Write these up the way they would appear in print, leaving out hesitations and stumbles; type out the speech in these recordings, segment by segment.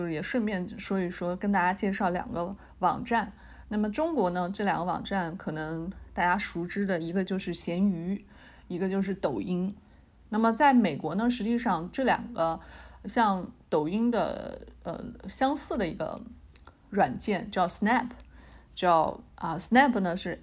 也顺便说一说，跟大家介绍两个网站。那么中国呢，这两个网站可能大家熟知的一个就是闲鱼，一个就是抖音。那么在美国呢，实际上这两个像抖音的相似的一个软件叫 Snap， Snap 呢是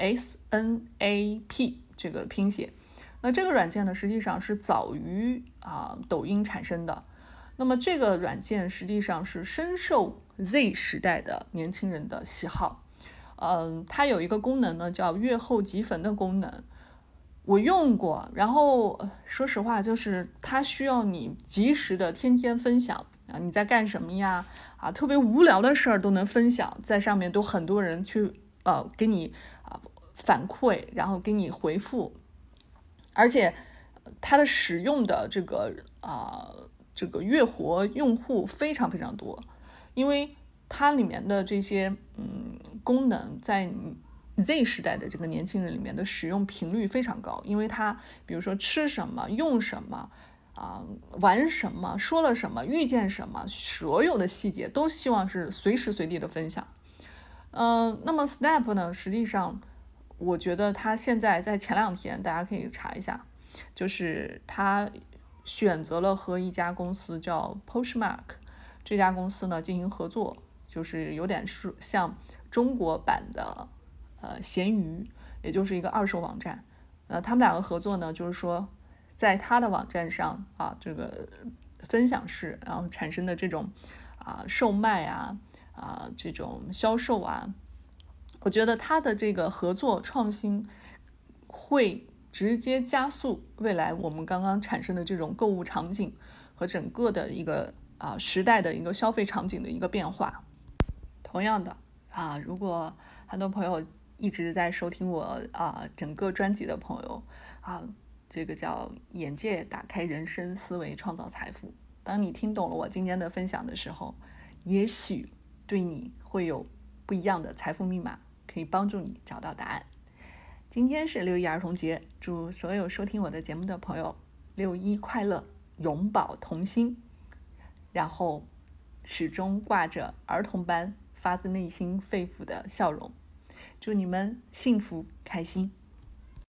SNAP 这个拼写。那这个软件呢，实际上是早于抖音产生的。那么这个软件实际上是深受 Z 时代的年轻人的喜好。它有一个功能呢，叫阅后即焚的功能。我用过，然后说实话，就是它需要你及时的天天分享啊，你在干什么呀？特别无聊的事儿都能分享，在上面都很多人去给你反馈，然后给你回复，而且它的使用的这个月活用户非常非常多，因为它里面的这些功能在Z 时代的这个年轻人里面的使用频率非常高，因为它比如说吃什么、用什么玩什么、说了什么、遇见什么，所有的细节都希望是随时随地的分享。那么 Snap 呢，实际上我觉得它现在在前2天大家可以查一下，就是它选择了和一家公司叫 Poshmark 这家公司呢进行合作，就是有点是像中国版的闲鱼，也就是一个二手网站。他们两个合作呢，就是说在他的网站上这个分享式，然后产生的这种售卖这种销售我觉得他的这个合作创新会直接加速未来我们刚刚产生的这种购物场景和整个的一个时代的一个消费场景的一个变化。同样的如果很多朋友一直在收听我整个专辑的朋友这个叫眼界打开人生思维创造财富，当你听懂了我今天的分享的时候，也许对你会有不一样的财富密码，可以帮助你找到答案。今天是6·1儿童节，祝所有收听我的节目的朋友6·1快乐，永葆童心，然后始终挂着儿童般发自内心肺腑的笑容。祝你们幸福开心。